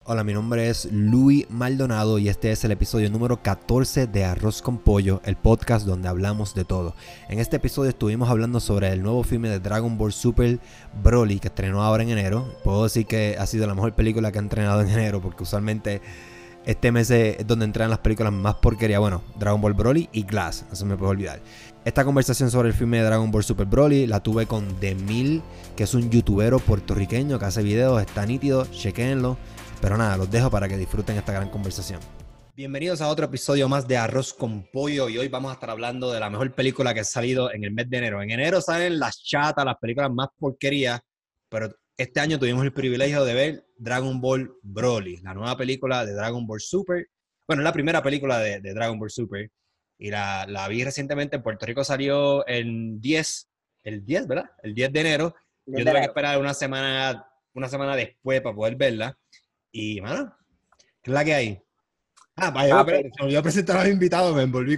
Hola, mi nombre es Luis Maldonado y este es el episodio número 14 de Arroz con Pollo, el podcast donde hablamos de todo. En este episodio estuvimos hablando sobre el nuevo filme de Dragon Ball Super Broly que estrenó ahora en enero. Puedo decir que ha sido la mejor película que han estrenado en enero porque usualmente este mes es donde entran las películas más porquería. Bueno, Dragon Ball Broly y Glass, no se me puede olvidar. Esta conversación sobre el filme de Dragon Ball Super Broly la tuve con Demil, que es un youtubero puertorriqueño que hace videos, está nítido, chequéenlo. Pero nada, los dejo para que disfruten esta gran conversación. Bienvenidos a otro episodio más de Arroz con Pollo y hoy vamos a estar hablando de la mejor película que ha salido en el mes de enero. En enero salen las chatas, las películas más porquerías, pero este año tuvimos el privilegio de ver Dragon Ball Broly, la nueva película de Dragon Ball Super. Bueno, es la primera película de Dragon Ball Super y la vi recientemente. En Puerto Rico salió el 10, ¿verdad? El 10 de enero. Yo tuve que esperar una semana después para poder verla. Y, mano, ¿qué es la que hay? Vaya, Okay. se me olvidó presentar a los invitados, me envolví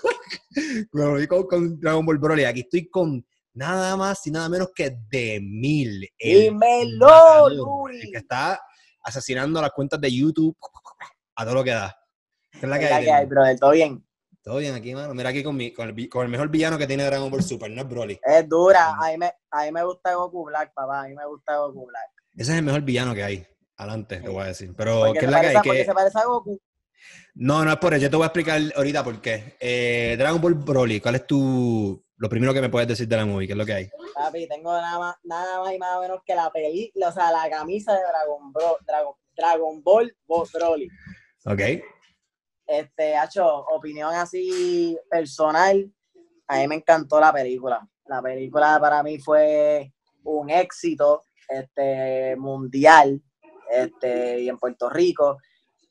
con Dragon Ball Broly. Aquí estoy con nada más y nada menos que Demil, el Dímelo, matador, el que Luis. está asesinando las cuentas de YouTube a todo lo que da. ¿Qué es la ¿Qué que es hay, la que hay, Demil? brother? ¿Todo bien? Todo bien aquí, mano. Mira aquí con el mejor villano que tiene Dragon Ball Super, no es Broly. Es dura. A mí me gusta Goku Black, papá. A mí me gusta Goku Black. Ese es el mejor villano que hay. Adelante, te Sí. voy a decir. Pero, ¿qué es la que hay? Porque se parece a Goku. No, no es por eso. Yo te voy a explicar ahorita por qué. Dragon Ball Broly, ¿cuál es lo primero que me puedes decir de la movie? ¿Qué es lo que hay? Papi, tengo nada más y nada menos que la película, o sea, la camisa de Dragon Ball Broly. Ok. Opinión así personal, a mí me encantó la película. La película para mí fue un éxito mundial y en Puerto Rico.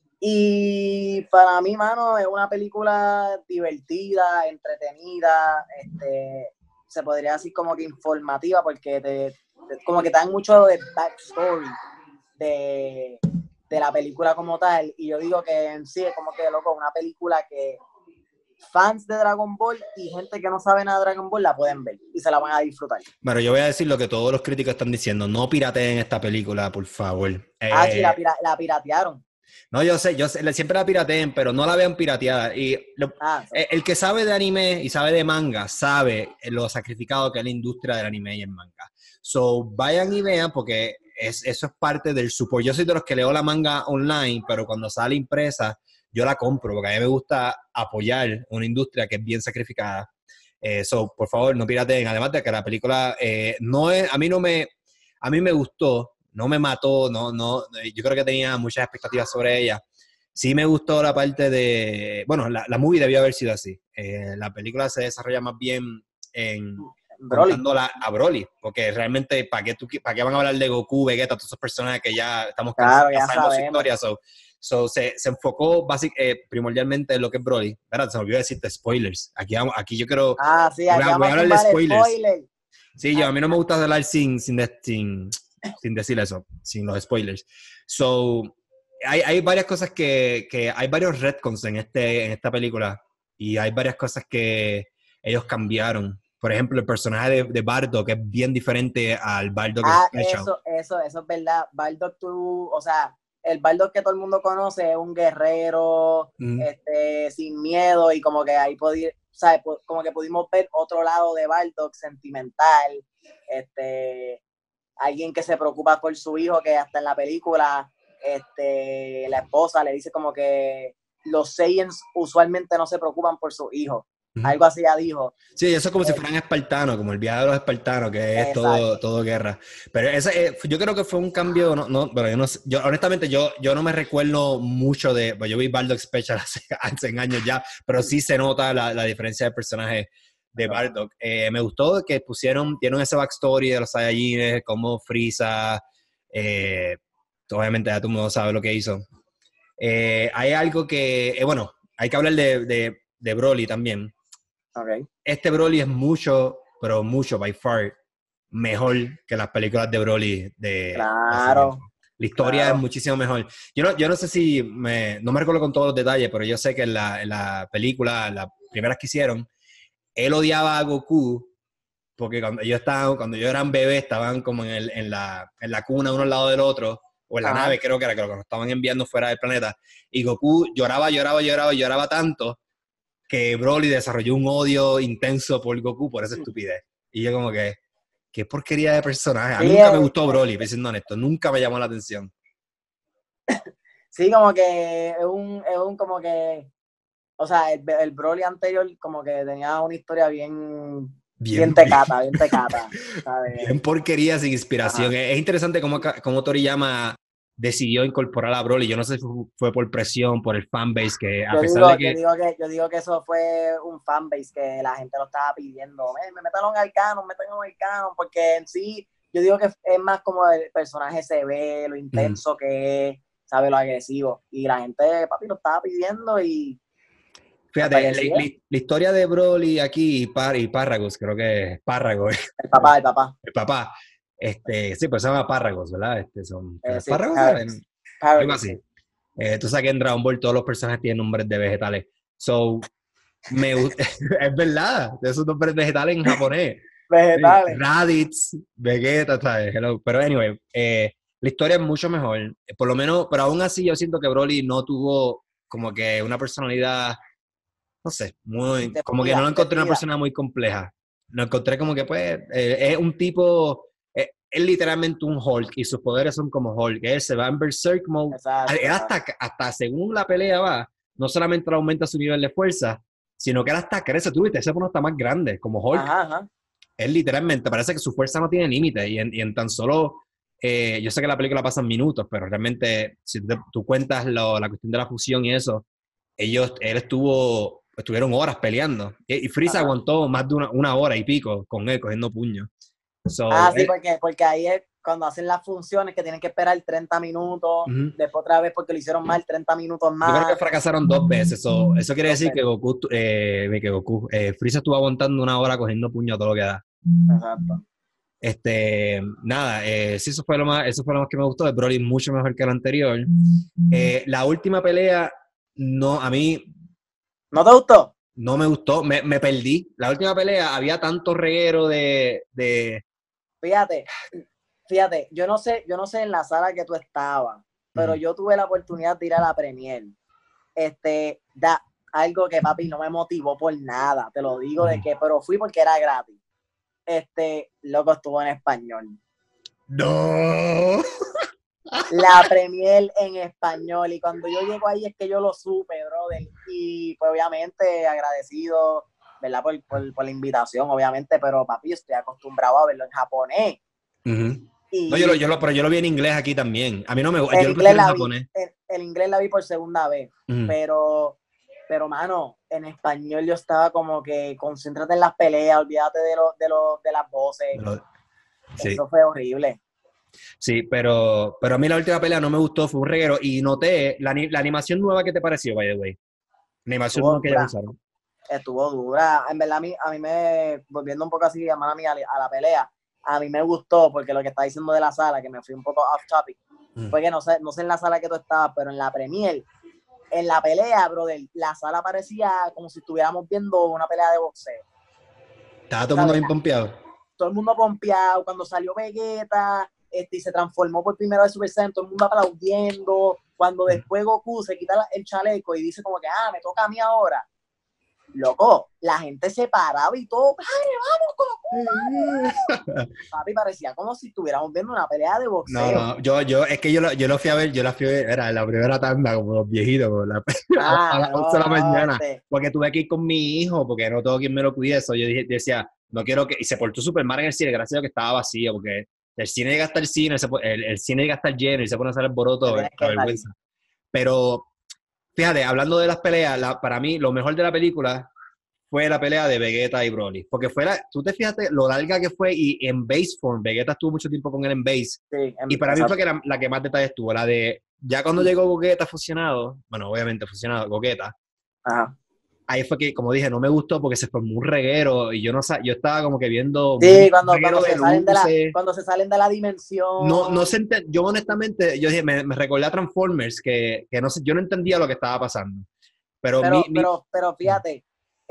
Y para mí, mano, es una película divertida, entretenida, se podría decir como que informativa, porque como que te dan mucho de backstory de, de la película como tal. Y yo digo que en sí es como que, loco, una película que fans de Dragon Ball y gente que no sabe nada de Dragon Ball la pueden ver y se la van a disfrutar. Bueno, yo voy a decir lo que todos los críticos están diciendo. No pirateen esta película, por favor. Sí, la piratearon. No, yo sé, siempre la pirateen, pero no la vean pirateada. El que sabe de anime y sabe de manga, sabe lo sacrificado que es la industria del anime y el manga. So, vayan y vean porque eso es parte del support. Yo soy de los que leo la manga online, pero cuando sale impresa, yo la compro porque a mí me gusta apoyar una industria que es bien sacrificada. Por favor, no pirateen. Además de que la película no es, a mí me gustó, no me mató, yo creo que tenía muchas expectativas sobre ella. Sí me gustó la parte bueno, la movie debió haber sido así. La película se desarrolla más bien Broly. contándola a Broly, porque realmente, ¿para qué van a hablar de Goku, Vegeta, todos esos personajes que ya estamos Claro, ya ya sabemos su sabemos. historia? Se enfocó primordialmente en lo que es Broly. ¿Verdad? Se me olvidó decirte spoilers. Aquí yo quiero... Sí, Voy aquí a, voy vamos a a hablar de zumbar spoilers. spoiler. Sí, a mí no me gusta hablar sin decir eso, sin los spoilers. Hay varias cosas que hay varios retcons en esta película y hay varias cosas que ellos cambiaron. Por ejemplo, el personaje de Bardock que es bien diferente al Bardock Special. Eso es verdad. Bardock, o sea, el Bardock que todo el mundo conoce es un guerrero, Mm. sin miedo y como que ahí como que pudimos ver otro lado de Bardock sentimental, alguien que se preocupa por su hijo, que hasta en la película, la esposa le dice como que los Saiyans usualmente no se preocupan por su hijo. Algo así ya dijo. Sí, eso es como si fueran espartanos, como el viaje de los espartanos, que es Exacto. todo guerra. Pero yo creo que fue un cambio, pero honestamente yo no me recuerdo mucho pues yo vi Bardock Special hace años ya, pero sí se nota la diferencia de personaje de Bardock. Me gustó que tienen ese backstory de los Saiyajines, como Frieza, obviamente ya todo el mundo sabe lo que hizo. Hay algo bueno, hay que hablar de Broly también. Okay. Este Broly es mucho, pero mucho, by far, mejor que las películas de Broly de hace tiempo. Claro, La historia es claro. muchísimo mejor. Yo no sé no me recuerdo con todos los detalles, pero yo sé que en la película, las primeras que hicieron, él odiaba a Goku porque cuando yo eran bebés, estaban como en la cuna uno al lado del otro, o en la Ajá. nave, creo que era, que lo estaban enviando fuera del planeta, y Goku lloraba tanto que Broly desarrolló un odio intenso por Goku por esa estupidez. Y yo como que, qué porquería de personaje. A mí Sí, nunca me gustó Broly, siendo honesto, nunca me llamó la atención. sí, como que es un como que, o sea, el Broly anterior como que tenía una historia bien Bien, bien, tecata, ¿sabes? bien porquería sin inspiración. Ajá. Es interesante cómo Toriyama decidió incorporar a Broly. Yo no sé si fue por presión, por el fanbase, que a Yo pesar digo, de yo que digo que, yo digo que eso fue un fanbase que la gente lo estaba pidiendo. Me métanlo en el canon, métanlo en el canon, porque en sí, yo digo que es más como el personaje se ve, lo intenso que es, sabe, lo agresivo. Y la gente, papi, lo estaba pidiendo y hasta fíjate, que sí, la historia de Broly aquí y Párragos, creo que es Párragos, el papá. el papá, sí, pues se llama Párragos, ¿verdad? Creo que Sí, Párragos, Paragus. algo Paragus, así. sí. Tú sabes que en Dragon Ball todos los personajes tienen nombres de vegetales. So, es verdad, de esos nombres vegetales en japonés. Sí, Vegetales. Raditz, Vegeta, ¿sabes? Hello. Pero anyway, la historia es mucho mejor. Por lo menos, pero aún así yo siento que Broly no tuvo como que una personalidad, no sé, como que no lo encontré una Definida. persona muy compleja. Lo encontré como que pues es un tipo, es literalmente un Hulk y sus poderes son como Hulk. Él se va en Berserk Mode. Exacto, Él exacto. hasta según la pelea va, no solamente le aumenta su nivel de fuerza, sino que él hasta crece, tú viste, se pone hasta más grande, como Hulk. Ajá, ajá. Él literalmente parece que su fuerza no tiene límite y en tan solo, yo sé que la película pasa en minutos, pero realmente si tú cuentas la cuestión de la fusión y eso, estuvieron horas peleando y Freeza Ajá. aguantó más de una hora y pico con él cogiendo puños. Ah, So, sí, porque ahí es cuando hacen las funciones que tienen que esperar 30 minutos, uh-huh. después otra vez porque lo hicieron mal, 30 minutos Yo creo que más, fracasaron dos veces. Eso quiere dos decir que veces. Freeza estuvo aguantando una hora cogiendo puños a todo lo que da. Exacto. Nada, sí, eso fue lo más que me gustó de Broly, mucho mejor que el anterior. La última pelea, no, a mí ¿No te gustó? no me gustó, me perdí. La última pelea había tanto reguero de. Fíjate, fíjate, yo no sé en la sala que tú estabas, pero Uh-huh. yo tuve la oportunidad de ir a la premier. Da algo que papi no me motivó por nada, te lo digo de Uh-huh. que, pero fui porque era gratis. Loco estuvo en español. No. La premier en español y cuando yo llego ahí es que yo lo supe, brother, y pues obviamente agradecido, ¿verdad? Por la invitación, obviamente, pero papi, yo estoy acostumbrado a verlo en japonés Uh-huh. No, y pero yo lo vi en inglés aquí también. A mí no me gusta, yo en lo inglés prefiero en la vi, japonés. en inglés la vi por segunda vez, Uh-huh. pero mano, en español yo estaba como que concéntrate en las peleas, olvídate de las voces, Sí, eso fue horrible. sí, pero a mí la última pelea no me gustó, fue un reguero y noté la animación nueva que te pareció, by the way. La animación Estuvo nueva que ya dura. usaron. Estuvo dura. En verdad, a mí me, volviendo un poco así, a mí a la pelea, a mí me gustó porque lo que está diciendo de la sala, que me fui un poco off topic, fue que no sé en la sala que tú estabas, pero en la premier, en la pelea, brother, la sala parecía como si estuviéramos viendo una pelea de boxeo. Estaba todo el mundo ¿Sabes? bien pompeado. Todo el mundo pompeado, cuando salió Vegeta, y se transformó por primera vez Super Saiyan, todo el mundo aplaudiendo, cuando después Goku se quita el chaleco y dice como que, me toca a mí ahora. Loco, la gente se paraba y todo, ¡ay, vamos, Goku! Papi, parecía como si estuviéramos viendo una pelea de No, boxeo. no, es que yo lo fui a ver, era la primera tanda, como los viejitos, como a las 11 de No, la no, mañana, porque tuve que ir con mi hijo, porque no tengo quien me lo cuide, eso decía, no quiero y se portó súper mal en el cine, gracias a Dios que estaba vacío, porque el cine llega hasta el cine, el cine llega hasta el lleno y se pone a hacer el te boroto, tienes la que salir. vergüenza. Pero, fíjate, hablando de las peleas, para mí, lo mejor de la película fue la pelea de Vegeta y Broly. Porque tú te fijaste lo larga que fue y en base form, Vegeta estuvo mucho tiempo con él en base. Sí, Y para mí fue exacto. que la que más detalles tuvo, la de, ya cuando llegó Gogeta fusionado, bueno, obviamente fusionado, Gogeta, Ajá. ahí fue que, como dije, no me gustó porque se formó un reguero y yo no yo estaba como que viendo Sí, un reguero de luces. cuando se salen de la No dimensión. yo honestamente, yo dije, me recordé a Transformers que no sé, yo no entendía lo que estaba pasando. Pero Pero fíjate,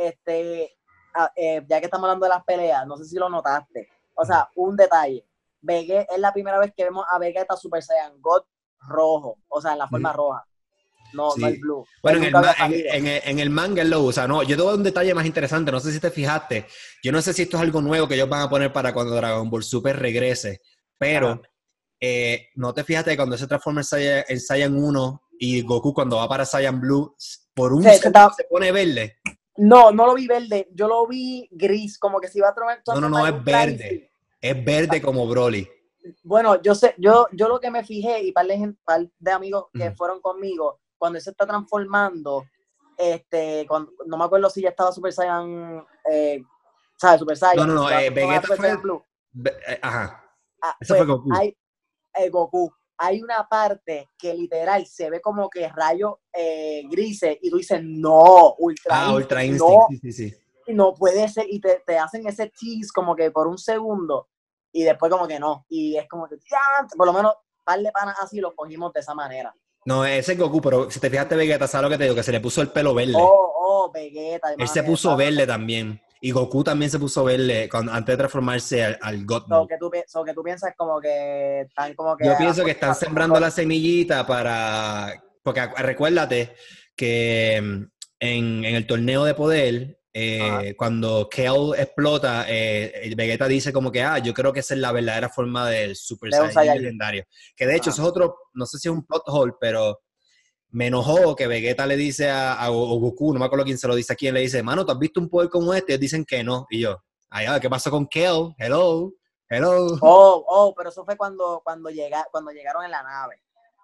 ya que estamos hablando de las peleas, no sé si lo notaste. O sea, un detalle. Vegeta es la primera vez que vemos a Vegeta Super Saiyan God rojo, o sea, en la forma roja, no el Sí. blue. Bueno, Él nunca había salido. en el manga él lo usa. No, yo te doy un detalle más interesante. No sé si te fijaste. Yo no sé si esto es algo nuevo que ellos van a poner para cuando Dragon Ball Super regrese. Pero no te fijaste que cuando se transforma en Saiyan 1 y Goku cuando va para Saiyan Blue, por un segundo se pone verde. No lo vi verde. Yo lo vi gris, como que se iba a No, transformar en es un verde. Es verde como Broly. Bueno, yo lo que me fijé y par de amigos que fueron conmigo, cuando él se está transformando, no me acuerdo si ya estaba Super Saiyan, ¿sabes? Super Saiyan. No, Vegeta Super fue... Saiyan Blue. Ajá. Ese fue Pues Goku. hay Goku. Hay una parte que literal se ve como que rayos grises y tú dices, no, Ultra Instinct, no, sí. no puede ser, y te hacen ese tease como que por un segundo y después como que no, y es como que por lo menos par de panas así los cogimos de esa manera. No, ese es Goku, pero si te fijaste Vegeta, ¿sabes lo que te digo? Que se le puso el pelo verde. Vegeta. Él se puso verde también. Y Goku también se puso verde antes de transformarse al God Mode. Que tú piensas como que están como que... Yo pienso que están sembrando la semillita para... Porque recuérdate que en el torneo de poder, cuando Kale explota, Vegeta dice como que, yo creo que esa es la verdadera forma del Super Saiyajin legendario. Que de hecho, eso es otro, no sé si es un plot hole, pero me enojó que Vegeta le dice a Goku, no me acuerdo quién se lo dice a quién, le dice, mano, ¿tú has visto un poder como este? Ellos dicen que no. Y yo, ¿qué pasó con Kale? Hello. Pero eso fue cuando llegaron en la nave.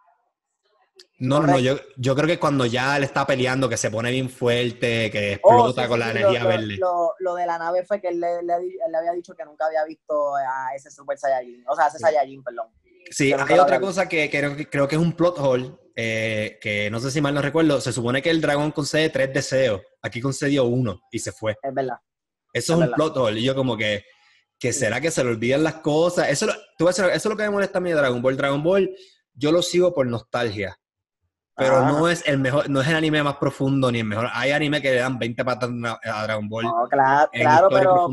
No, yo creo que cuando ya le está peleando, que se pone bien fuerte, que explota con la energía verde. Lo de la nave fue que él le había dicho que nunca había visto a ese Super Saiyajin, o sea, a ese Saiyajin, perdón. Sí, hay otra cosa que creo que es un plot hole, que no sé si mal no recuerdo, se supone que el dragón concede 3 deseos, aquí concedió 1 y se fue. Es verdad. Eso es un plot hole, y yo como que será que se le olvidan las cosas, eso es lo que me molesta a mí de Dragon Ball. Dragon Ball yo lo sigo por nostalgia, pero no es el mejor, no es el anime más profundo ni el mejor. Hay anime que le dan 20 patas a Dragon Ball. No, claro, pero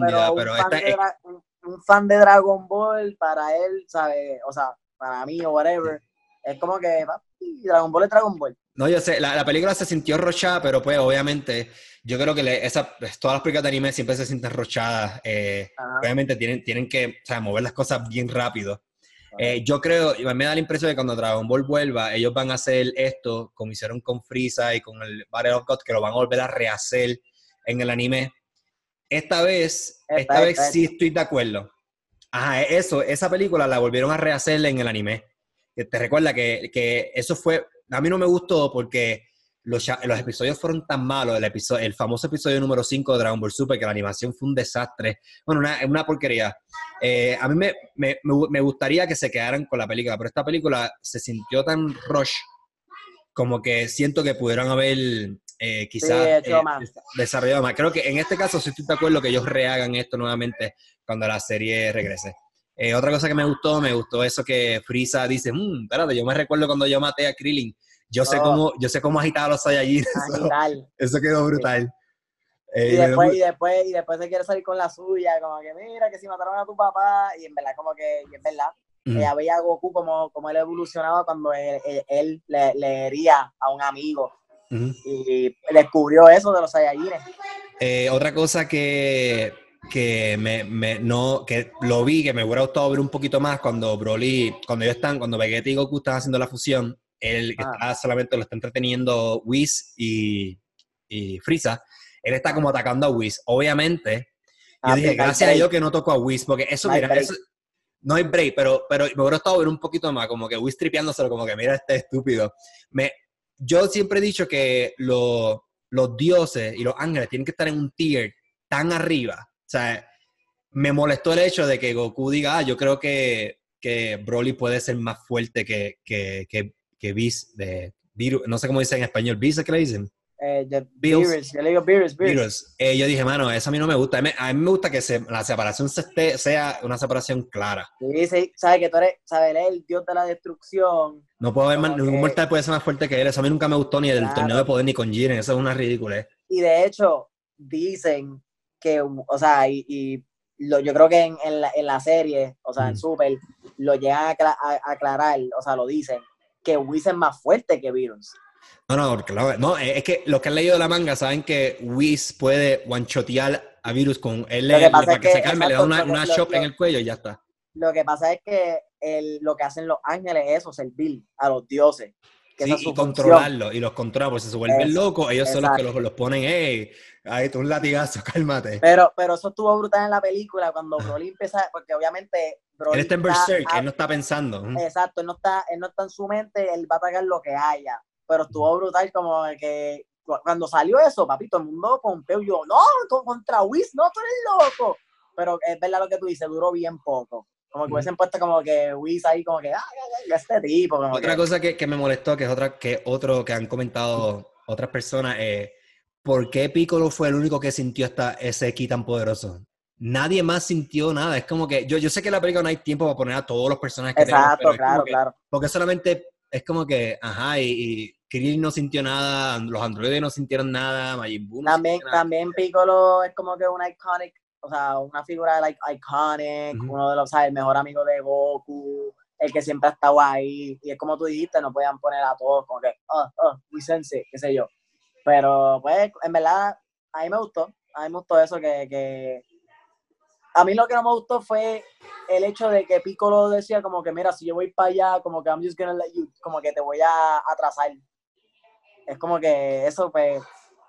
un fan de Dragon Ball, para él, ¿sabes? O sea, para mí o whatever, es como que Dragon Ball es Dragon Ball. No, yo sé, la película se sintió rochada, pero pues obviamente yo creo que todas las películas de anime siempre se sienten rochadas. Obviamente tienen que, o sea, mover las cosas bien rápido. Yo creo, me da la impresión de que cuando Dragon Ball vuelva, ellos van a hacer esto, como hicieron con Frieza y con el Battle of God, que lo van a volver a rehacer en el anime. Esta vez sí estoy de acuerdo. Ajá, esa película la volvieron a rehacer en el anime. Te recuerda que eso fue, a mí no me gustó porque los episodios fueron tan malos, el famoso episodio número 5 de Dragon Ball Super, que la animación fue un desastre, bueno, una porquería. A mí me gustaría que se quedaran con la película, pero esta película se sintió tan rush, como que siento que pudieron haber quizás desarrollado más. Creo que en este caso sí estoy de acuerdo que ellos rehagan esto nuevamente cuando la serie regrese. Otra cosa que me gustó eso que Frieza dice, espérate, yo me recuerdo cuando yo maté a Krillin, yo sé cómo agitaba a los Saiyajin. Eso quedó brutal. Y después se quiere salir con la suya, como que mira que si mataron a tu papá, y en verdad como que, y es verdad, ella veía a Goku como él evolucionaba cuando él le hería a un amigo, y descubrió eso de los Saiyajines. Otra cosa que lo vi, que me hubiera gustado ver un poquito más cuando cuando Vegeta y Goku están haciendo la fusión, él está solamente lo está entreteniendo Whis y Frieza, él está como atacando a Whis. Obviamente, yo dije, gracias a Dios que no tocó a Whis, porque eso, no hay break, pero me hubiera gustado ver un poquito más, como que Whis tripeándoselo, como que mira este estúpido. Yo siempre he dicho que los dioses y los ángeles tienen que estar en un tier tan arriba. O sea, me molestó el hecho de que Goku diga, yo creo que Broly puede ser más fuerte que Whis, no sé cómo dicen en español, ¿Whis es que le dicen? Beerus, yo le digo Beerus. Yo dije, mano, eso a mí no me gusta. A mí me gusta que la separación sea una separación clara. Sí, sabes que tú eres, sabes, él es el dios de la destrucción. No puedo ver ningún mortal puede ser más fuerte que él. Eso a mí nunca me gustó ni del torneo de poder ni con Jiren. Eso es una ridícula. Y de hecho, dicen que, o sea, yo creo que en la serie, o sea, en Super, lo llegan a aclarar, o sea, lo dicen, que Whis es más fuerte que Virus. No, claro, no, es que los que han leído la manga saben que Whis puede one-shotear a Virus con él, Lo que pasa para es que que, se calme, le da exacto, una chop en el cuello y ya está. lo que pasa es que lo que hacen los ángeles es eso, servir a los dioses, que esa Sí, es y su función. controlarlo, y los controla, porque si se vuelven locos, ellos son los que Exacto. los ponen, hey, ahí tú un latigazo, cálmate. Pero eso estuvo brutal en la película cuando Broly empieza, porque obviamente Él Broly está en Berserk, él no está pensando. exacto, él no está en su mente, él va a atacar lo que haya. Pero estuvo brutal como que cuando salió eso, papito, el mundo pompeó, yo, no, contra Whis, no, tú eres loco. Pero es verdad lo que tú dices, duró bien poco. Como que hubiesen puesto como que Whis ahí, como que, este tipo, como Otra que. cosa que me molestó, que es otro que han comentado otras personas, ¿por qué Piccolo fue el único que sintió ese ki tan poderoso? Nadie más sintió nada. Es como que, yo sé que en la película no hay tiempo para poner a todos los personajes que tenemos, pero Exacto, es como claro, que, claro. porque solamente es como que, ajá, y Krillin no sintió nada, los androides no sintieron nada, Majin Buu no sintió nada. También Piccolo es como que una iconic, o sea, una figura like iconic, uno de los, ¿sabes? El mejor amigo de Goku, el que siempre ha estado ahí, y es como tú dijiste, no podían poner a todos como que, we sense, qué sé yo. Pero, pues, en verdad, a mí me gustó eso que a mí lo que no me gustó fue el hecho de que Piccolo decía como que, mira, si yo voy para allá, como que I'm just gonna let you, como que te voy a atrasar. Es como que eso, pues,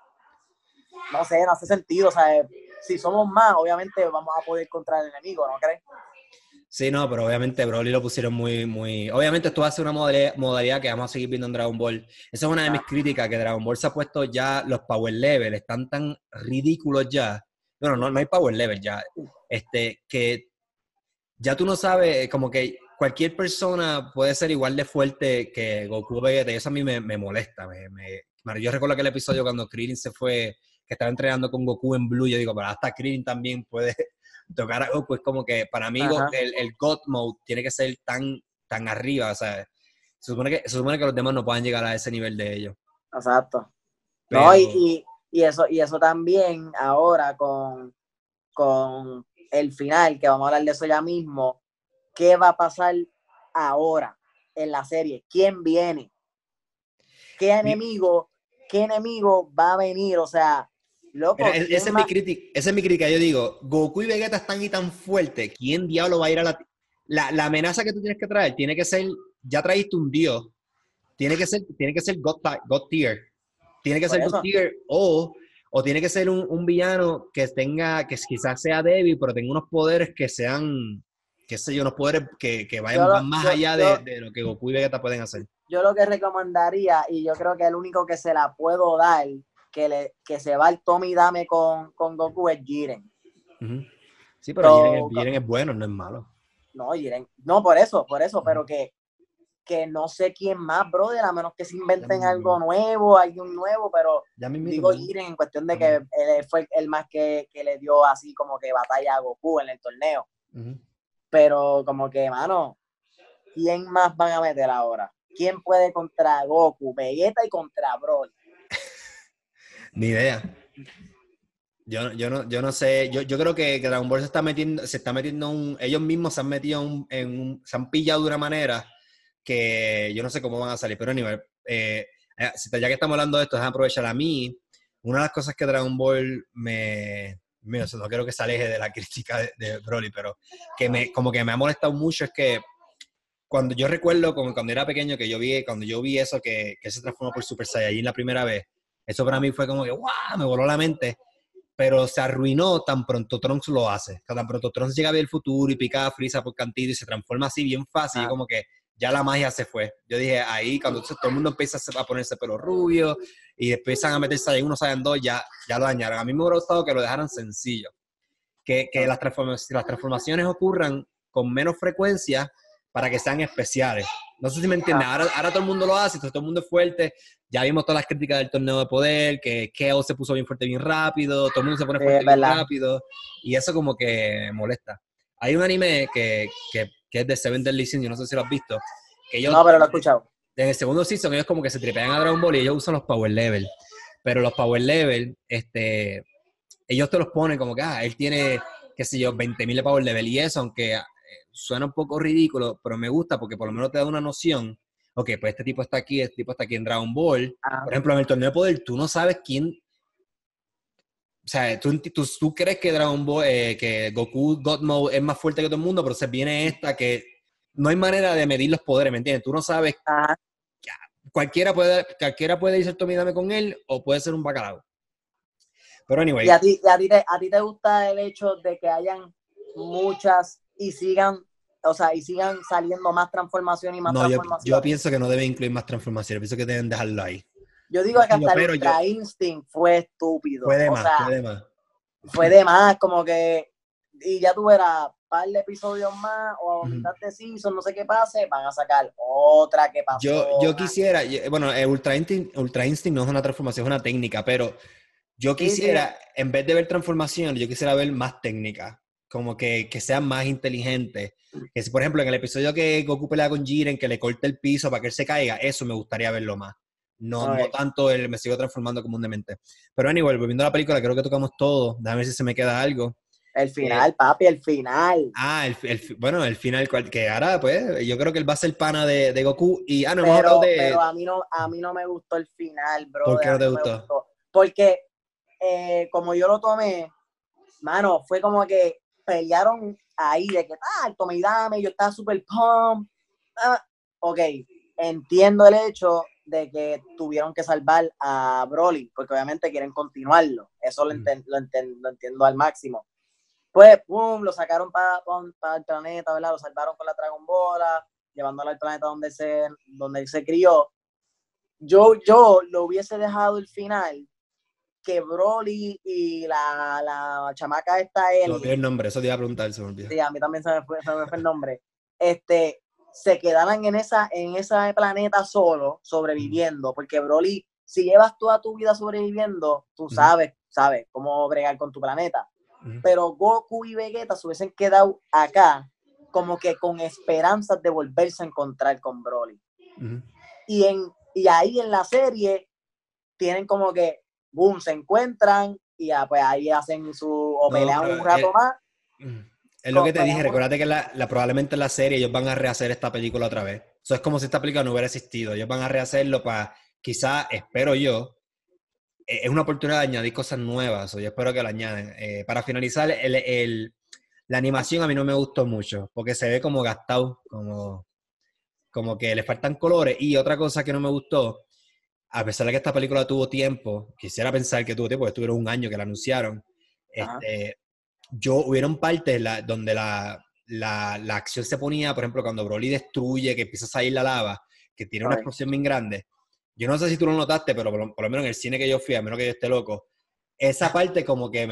no sé, no hace sentido, o sea, si somos más, obviamente vamos a poder contra el enemigo, ¿no crees? Sí, no, pero obviamente Broly lo pusieron muy... Obviamente esto va a ser una modalidad que vamos a seguir viendo en Dragon Ball. Esa es una de mis críticas, que Dragon Ball se ha puesto ya, los power level están tan ridículos ya. Bueno, no hay power level ya. Que ya tú no sabes, como que cualquier persona puede ser igual de fuerte que Goku o Vegeta, y eso a mí me molesta. Yo recuerdo aquel episodio cuando Krillin se fue, que estaba entrenando con Goku en Blue, yo digo, pero hasta Krillin también puede tocar a Goku. Es como que para mí el God Mode tiene que ser tan arriba, o sea, se supone que los demás no puedan llegar a ese nivel de ellos. Exacto. No, Pero... y eso también ahora con el final, que vamos a hablar de eso ya mismo, ¿qué va a pasar ahora en la serie? ¿Quién viene? ¿Qué enemigo va a venir? O sea, loco, Mira, ¿quién más? esa es mi crítica. Yo digo, Goku y Vegeta están y tan fuertes. ¿Quién diablo va a ir a la amenaza que tú tienes que traer? Tiene que ser, ya trajiste un dios. Tiene que ser God tier. Tiene que Por ser God eso. tier o tiene que ser un villano que quizás sea débil, pero tenga unos poderes que sean, qué sé yo, unos poderes que van más allá de lo que Goku y Vegeta pueden hacer. Yo lo que recomendaría, y yo creo que el único que se la puedo dar, que se va el Tommy Dame con Goku es Jiren. Sí, pero Jiren es bueno, no es malo. No, Jiren, no, por eso, pero que no sé quién más, brother, a menos que se inventen algo nuevo, alguien nuevo, pero digo Jiren en cuestión de que él fue el más que le dio así como que batalla a Goku en el torneo. Pero como que, mano, ¿quién más van a meter ahora? ¿Quién puede contra Goku, Vegeta y contra Broly? Ni idea. Yo no sé, yo creo que Dragon Ball se está metiendo ellos mismos se han metido se han pillado de una manera que yo no sé cómo van a salir, pero a nivel, ya que estamos hablando de esto, déjame aprovechar a mí, una de las cosas que Dragon Ball no quiero que se aleje de la crítica de Broly, pero como que me ha molestado mucho es que cuando yo recuerdo como cuando era pequeño cuando yo vi eso que se transformó por Super Saiyajin la primera vez, eso para mí fue como que ¡guau! Me voló la mente. Pero se arruinó tan pronto Trunks lo hace. Tan pronto Trunks llega a ver el futuro y pica a Frieza por cantito y se transforma así bien fácil, como que ya la magia se fue. Yo dije, ahí cuando todo el mundo empieza a ponerse pelo rubio y después empiezan a meterse Saiyan 1, Saiyan 2, ya lo dañaron. A mí me hubiera gustado que lo dejaran sencillo. Que las transformaciones ocurran con menos frecuencia para que sean especiales. No sé si me entiendes. Ahora todo el mundo lo hace, todo el mundo es fuerte. Ya vimos todas las críticas del torneo de poder, que Keo se puso bien fuerte bien rápido, todo el mundo se pone fuerte bien rápido, y eso como que molesta. Hay un anime que es de Seven Deadly Sins, yo no sé si lo has visto. No, pero lo he escuchado. En el segundo season ellos como que se tripean a Dragon Ball y ellos usan los Power Level. Pero los Power Level, ellos te los ponen como que, él tiene, qué sé yo, 20.000 de Power Level, y eso, aunque suena un poco ridículo, pero me gusta porque por lo menos te da una noción, ok, pues este tipo está aquí, este tipo está aquí en Dragon Ball. Ajá. Por ejemplo, en el torneo de poder, tú no sabes quién, o sea, tú crees que Dragon Ball, que Goku God Mode es más fuerte que todo el mundo, pero se viene esta que no hay manera de medir los poderes, ¿me entiendes? Tú no sabes, Ajá. cualquiera puede irse Tomidame con él o puede ser un bacalao. Pero Y anyway, a ti te gusta el hecho de que hayan muchas y sigan, o sea, y sigan saliendo más transformaciones y más no, yo transformaciones. pienso que no deben incluir más transformaciones, pienso que deben dejarlo ahí. Yo digo que hasta el Pero Ultra Instinct fue estúpido. O sea, fue de más. fue de más, como que, y ya tú verás, par de episodios más o a mitad de season, no sé qué pase, van a sacar otra que Yo pasó. quisiera, bueno, Ultra Instinct no es una transformación, es una técnica, pero yo Sí, sí, quisiera, en vez de ver transformaciones, yo quisiera ver más técnicas, como que sean más inteligentes. Que si, por ejemplo, en el episodio que Goku pelea con Jiren, que le corte el piso para que él se caiga, eso me gustaría verlo más. No okay. tanto el me sigo transformando como un demente. Pero anyway, volviendo a la película, creo que tocamos todo. Déjame ver si se me queda algo. El Eh, final, papi, el final. bueno, el final, que ahora, pues, yo creo que él va a ser pana de Goku. Y, no hemos hablado Pero de... a mí no me gustó el final, ¿Por brother, qué a no mí te no me gustó? gustó. Porque como yo lo tomé, mano, fue como que pelearon ahí de que tal, tome y dame, yo estaba súper pump. Ok, entiendo el hecho de que tuvieron que salvar a Broly, porque obviamente quieren continuarlo. Eso lo entiendo al máximo. Pues, pum, lo sacaron para el planeta, ¿verdad? Lo salvaron con la Dragon Ball, llevándolo al planeta donde él se crió. Yo lo hubiese dejado el final que Broly y la chamaca esta Se me olvidó Ellie, el nombre, eso te iba a preguntar, se me olvidó. sí, a mí también se me fue el nombre, se quedaran en ese planeta solo, sobreviviendo, porque Broly, si llevas toda tu vida sobreviviendo, tú sabes cómo bregar con tu planeta. Pero Goku y Vegeta se hubiesen quedado acá como que con esperanzas de volverse a encontrar con Broly. Y ahí en la serie tienen como que, boom, se encuentran y ya, pues ahí hacen o No, pelean pero un rato más. es lo que te dije, Pelean recuérdate que probablemente en la serie ellos van a rehacer esta película otra vez. Eso es como si esta película no hubiera existido. Ellos van a rehacerlo para, quizás, espero yo, es una oportunidad de añadir cosas nuevas, o yo espero que lo añaden. Para finalizar, la animación a mí no me gustó mucho, porque se ve como gastado, como que le faltan colores. Y otra cosa que no me gustó, a pesar de que esta película tuvo tiempo, quisiera pensar que tuvo tiempo, porque tuvieron un año que la anunciaron, Ajá. hubieron partes donde la acción se ponía, por ejemplo, cuando Broly destruye, que empieza a salir la lava, que tiene una Okay. explosión bien grande. Yo no sé si tú lo notaste, pero por lo menos en el cine que yo fui, a menos que yo esté loco, esa parte como que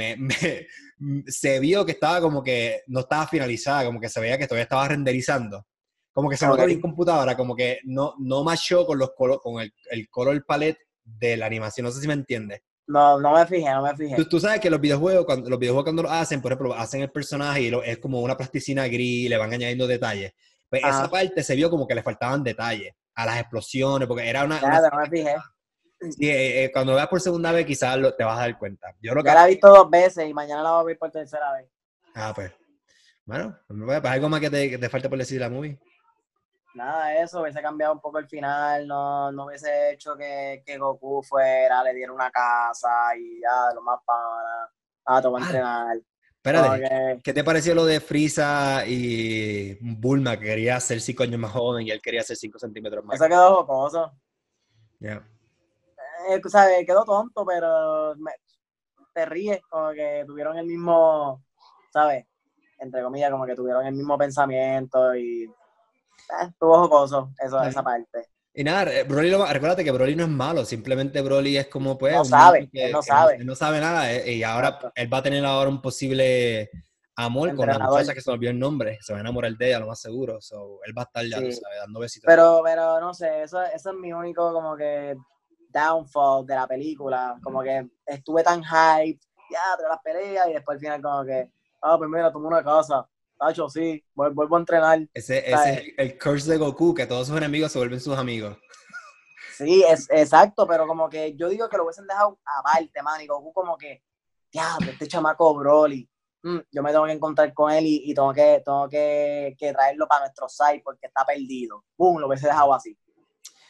se vio que estaba como que no estaba finalizada, como que se veía que todavía estaba renderizando. Como que se notó bien computadora, como que no machó con con el color palette de la animación. No sé si me entiendes. No, no me fijé, no me fijé. Tú sabes que los videojuegos cuando lo hacen, por ejemplo, hacen el personaje y es como una plasticina gris, le van añadiendo detalles. Pues esa Ajá. parte se vio como que le faltaban detalles a las explosiones, porque era una Nada, no serie me fijé. sí, cuando lo veas por segunda vez quizás te vas a dar cuenta. Yo lo que... Ya la he visto 2 veces y mañana la voy a ver por tercera vez. Pues. Bueno, pues algo más que te falte por decir de la movie. Nada de eso, hubiese cambiado un poco el final, no hubiese hecho que Goku fuera, le diera una casa y ya, lo más para te voy a entrenar. Como Espérate, que ¿qué te pareció lo de Frieza y Bulma, que quería ser 5 años más joven y él quería ser 5 centímetros más? eso quedó jocoso. Yeah. ¿Sabes? Quedó tonto, pero te ríes, como que tuvieron el mismo, ¿sabes? Entre comillas, como que tuvieron el mismo pensamiento y estuvo jocoso esa parte. Y nada, recuérdate que Broly no es malo, simplemente Broly es como pues No un niño sabe, él que no él sabe. no sabe nada y ahora Exacto. él va a tener ahora un posible amor con la Entrenador, muchacha que se me olvidó el nombre, se va a enamorar de ella, lo más seguro, él va a estar ya, tú sí. sabes, dando besitos. Pero no sé, eso es mi único como que downfall de la película. Como que estuve tan hype, ya, de las peleas y después al final como que, pues mira, tomé una casa. Tacho, sí, vuelvo a entrenar. Ese es ¿Sabes? el curse de Goku, que todos sus enemigos se vuelven sus amigos. Sí, es exacto, pero como que yo digo que lo hubiesen dejado aparte, man, y Goku como que, ya, este chamaco Broly, yo me tengo que encontrar con él y tengo que traerlo para nuestro site porque está perdido. Boom, lo hubiese dejado así.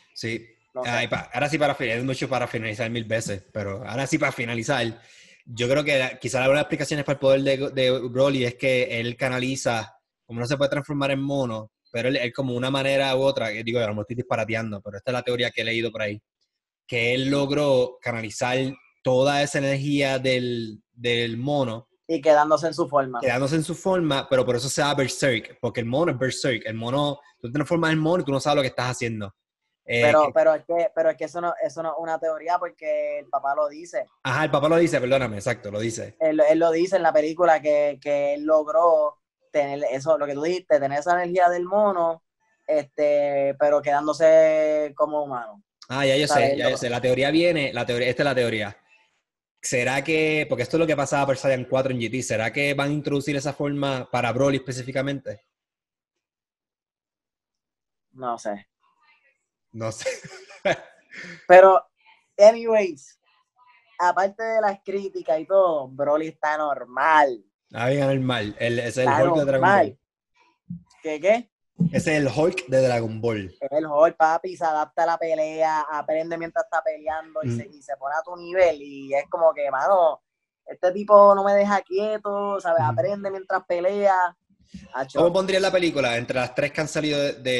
Sí. No sé. Ahora sí es mucho para finalizar 1000 veces, pero ahora sí para finalizar, yo creo que quizá una de las explicaciones para el poder de Broly es que él canaliza, como no se puede transformar en mono, pero él como una manera u otra, que digo, a lo mejor estoy disparateando, pero esta es la teoría que he leído por ahí, que él logró canalizar toda esa energía del mono, Y quedándose en su forma. quedándose en su forma, pero por eso se llama Berserk, porque el mono es Berserk, el mono, tú te transformas en mono y tú no sabes lo que estás haciendo. Pero, pero es que eso no es una teoría porque el papá lo dice. Ajá, el papá lo dice, perdóname, exacto, lo dice. Él lo dice en la película que él logró tener eso, lo que tú dijiste, tener esa energía del mono, pero quedándose como humano. Ah, ¿Sabes? ya yo sé, la teoría viene, esta es la teoría. ¿Será que, porque esto es lo que pasaba por Saiyan 4 en GT, ¿será que van a introducir esa forma para Broly específicamente? No sé. No sé. Pero, anyways, aparte de las críticas y todo, Broly está normal. Ah, bien, normal. Ese es el Está Hulk de Dragon Ball. normal. ¿Qué? Ese es el Hulk de Dragon Ball. El Hulk, papi, se adapta a la pelea, aprende mientras está peleando y se pone a tu nivel. Y es como que, mano, este tipo no me deja quieto, ¿sabes? Aprende mientras pelea. ¿Cómo pondrías la película entre las tres que han salido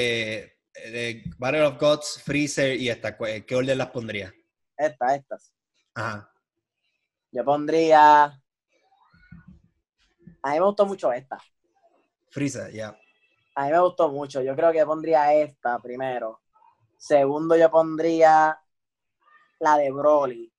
de Battle of Gods, Freezer y esta? ¿Qué orden las pondrías? Estas. Ajá. Yo pondría. A mí me gustó mucho esta. Freezer, ya. Yeah. A mí me gustó mucho. Yo creo que pondría esta primero. Segundo, yo pondría la de Broly.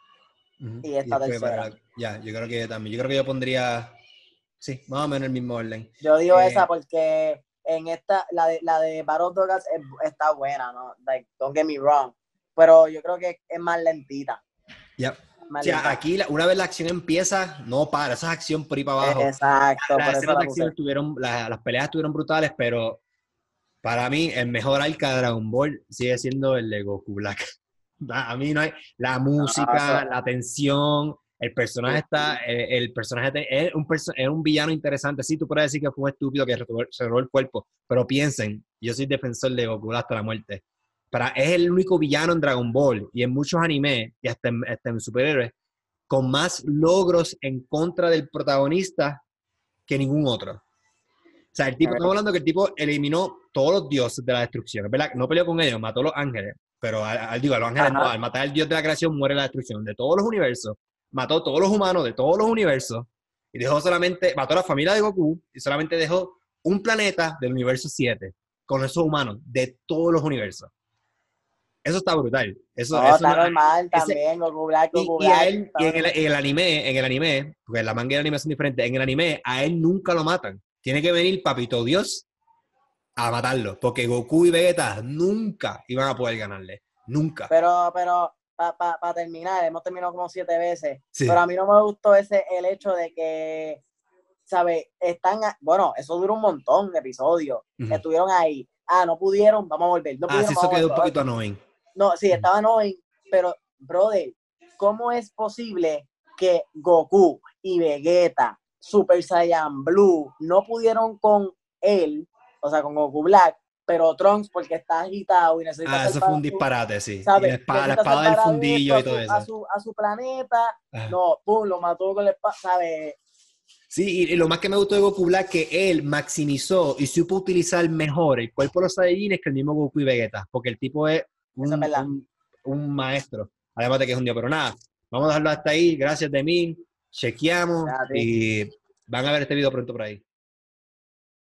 Y esta tercera. Ya, yo creo que también. Yo creo que yo pondría. Sí, más o menos el mismo orden. Yo digo esa porque en esta, la de Battle of the Gods está buena, ¿no? Like, don't get me wrong. Pero yo creo que es más lentita. Ya. O sea, aquí una vez la acción empieza, no para, esa es acción por ahí para abajo. Exacto, las escenas de acción las peleas estuvieron brutales, pero para mí el mejor arca de Dragon Ball sigue siendo el de Goku Black. A mí no hay la música, la tensión, el personaje está, el personaje es un villano interesante. Sí, tú puedes decir que fue un estúpido que se robó el cuerpo, pero piensen, yo soy defensor de Goku hasta la muerte. Es el único villano en Dragon Ball y en muchos animes y hasta en superhéroes con más logros en contra del protagonista que ningún otro. O sea, estamos hablando que el tipo eliminó todos los dioses de la destrucción, ¿verdad? No peleó con ellos, mató a los ángeles, pero a los ángeles no, al matar al dios de la creación muere la destrucción de todos los universos, mató a todos los humanos de todos los universos y mató a la familia de Goku y solamente dejó un planeta del universo 7 con esos humanos de todos los universos. Eso está brutal. Eso está normal también, Goku Black, y a él, y en el anime, porque la manga y el anime son diferentes, en el anime a él nunca lo matan. Tiene que venir Papito Dios a matarlo, porque Goku y Vegeta nunca iban a poder ganarle. Nunca. Pero, para terminar, hemos terminado como 7 veces, sí. Pero a mí no me gustó el hecho de que, ¿sabes? Bueno, eso duró un montón de episodios. Estuvieron ahí. No pudieron, vamos a volver. No pudieron, sí, eso quedó un poquito annoying. No, sí, estaba annoying, pero, brother, ¿cómo es posible que Goku y Vegeta, Super Saiyan Blue, no pudieron con él, o sea, con Goku Black, pero Trunks porque está agitado y necesita eso fue un disparate, sí. ¿sabes? Y la espada del fundillo y todo eso. A su planeta, no, pum, lo mató con la espada, ¿sabes? Sí, y lo más que me gustó de Goku Black que él maximizó y supo utilizar mejor el cuerpo de los Saiyajines que el mismo Goku y Vegeta, porque el tipo es un maestro, además de que es un dios. Pero nada, vamos a dejarlo hasta ahí. Gracias, Demin. Chequeamos y van a ver este video pronto por ahí.